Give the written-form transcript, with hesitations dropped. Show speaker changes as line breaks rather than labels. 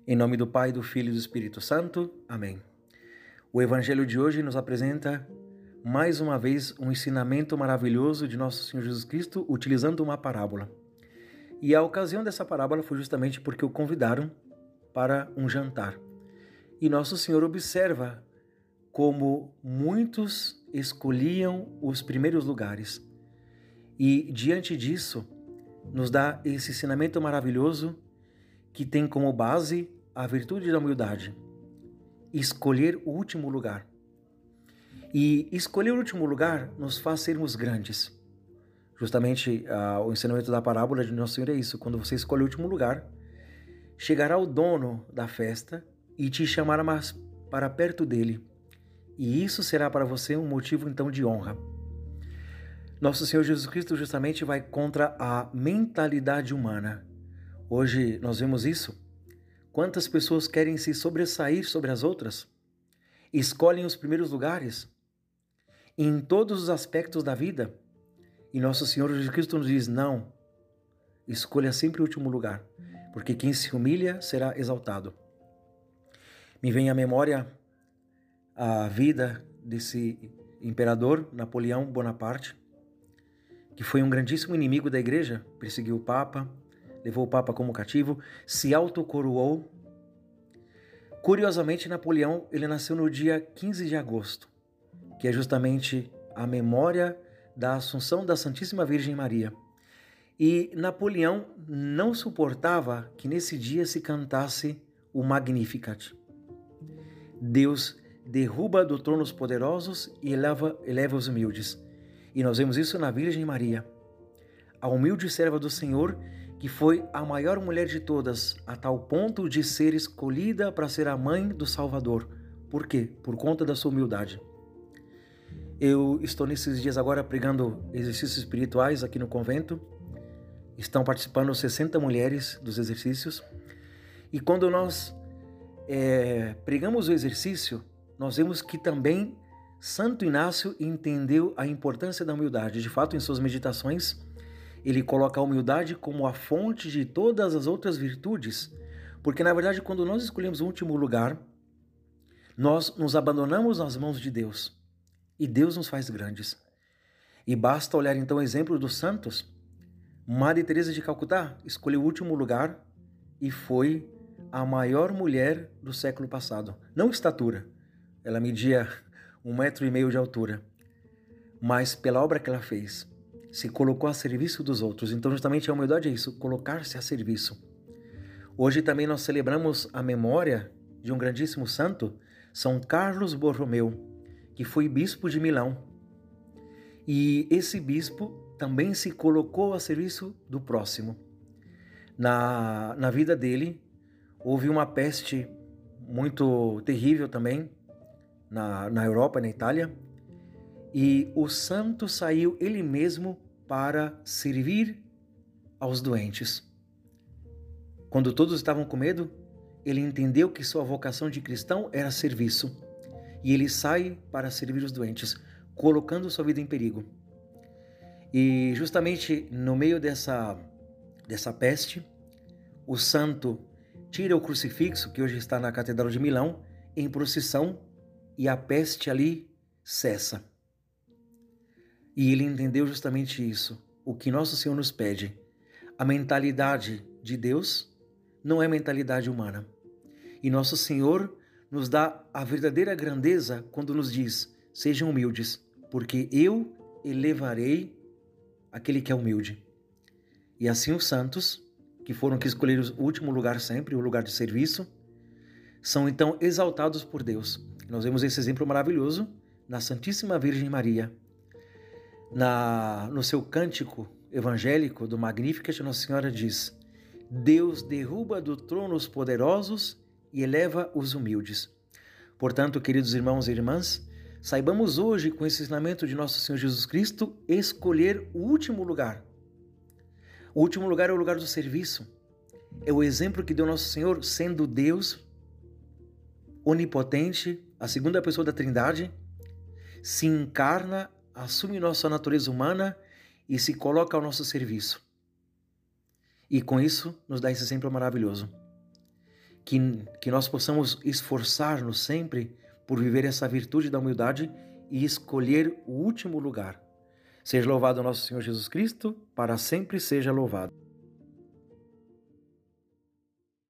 Em nome do Pai, do Filho e do Espírito Santo. Amém. O Evangelho de hoje nos apresenta, mais uma vez, um ensinamento maravilhoso de nosso Senhor Jesus Cristo, utilizando uma parábola. E a ocasião dessa parábola foi justamente porque o convidaram para um jantar. E nosso Senhor observa como muitos escolhiam os primeiros lugares. E, diante disso, nos dá esse ensinamento maravilhoso que tem como base a virtude da humildade. Escolher o último lugar. E escolher o último lugar nos faz sermos grandes. Justamente o ensinamento da parábola de Nosso Senhor é isso. Quando você escolhe o último lugar, chegará o dono da festa e te chamará mais para perto dele. E isso será para você um motivo então de honra. Nosso Senhor Jesus Cristo justamente vai contra a mentalidade humana. Hoje nós vemos isso. Quantas pessoas querem se sobressair sobre as outras? Escolhem os primeiros lugares em todos os aspectos da vida. E nosso Senhor Jesus Cristo nos diz, não, escolha sempre o último lugar, porque quem se humilha será exaltado. Me vem à memória a vida desse imperador Napoleão Bonaparte, que foi um grandíssimo inimigo da igreja, perseguiu o Papa, levou o Papa como cativo, se autocoroou. Curiosamente, Napoleão ele nasceu no dia 15 de agosto, que é justamente a memória da Assunção da Santíssima Virgem Maria. E Napoleão não suportava que nesse dia se cantasse o Magnificat. Deus derruba do trono os poderosos e eleva os humildes. E nós vemos isso na Virgem Maria, a humilde serva do Senhor, que foi a maior mulher de todas, a tal ponto de ser escolhida para ser a mãe do Salvador. Por quê? Por conta da sua humildade. Eu estou nesses dias agora pregando exercícios espirituais aqui no convento. Estão participando 60 mulheres dos exercícios. E quando nós pregamos o exercício, nós vemos que também Santo Inácio entendeu a importância da humildade. De fato, em suas meditações, ele coloca a humildade como a fonte de todas as outras virtudes, porque na verdade quando nós escolhemos o último lugar, nós nos abandonamos nas mãos de Deus e Deus nos faz grandes. E basta olhar então o exemplo dos santos. Madre Teresa de Calcutá escolheu o último lugar e foi a maior mulher do século passado. Não estatura, ela media 1,5 metro de altura, mas pela obra que ela fez, se colocou a serviço dos outros. Então justamente a humildade é isso, colocar-se a serviço. Hoje também nós celebramos a memória de um grandíssimo santo, São Carlos Borromeu, que foi bispo de Milão. E esse bispo também se colocou a serviço do próximo. Na vida dele houve uma peste muito terrível também na Europa, na Itália, e o santo saiu ele mesmo para servir aos doentes. Quando todos estavam com medo, ele entendeu que sua vocação de cristão era serviço. E ele sai para servir os doentes, colocando sua vida em perigo. E justamente no meio dessa peste, o santo tira o crucifixo, que hoje está na Catedral de Milão, em procissão, e a peste ali cessa. E ele entendeu justamente isso, o que Nosso Senhor nos pede. A mentalidade de Deus não é mentalidade humana. E Nosso Senhor nos dá a verdadeira grandeza quando nos diz, sejam humildes, porque eu elevarei aquele que é humilde. E assim os santos, que foram que escolheram o último lugar sempre, o lugar de serviço, são então exaltados por Deus. Nós vemos esse exemplo maravilhoso na Santíssima Virgem Maria. No seu cântico evangélico do Magnificat, Nossa Senhora diz, Deus derruba do trono os poderosos e eleva os humildes. Portanto, queridos irmãos e irmãs, saibamos hoje, com esse ensinamento de nosso Senhor Jesus Cristo, escolher o último lugar. O último lugar é o lugar do serviço. É o exemplo que deu nosso Senhor, sendo Deus onipotente, a segunda pessoa da Trindade, se encarna, assume nossa natureza humana e se coloca ao nosso serviço. E com isso nos dá esse exemplo maravilhoso. que nós possamos esforçar-nos sempre por viver essa virtude da humildade e escolher o último lugar. Seja louvado nosso Senhor Jesus Cristo, para sempre seja louvado.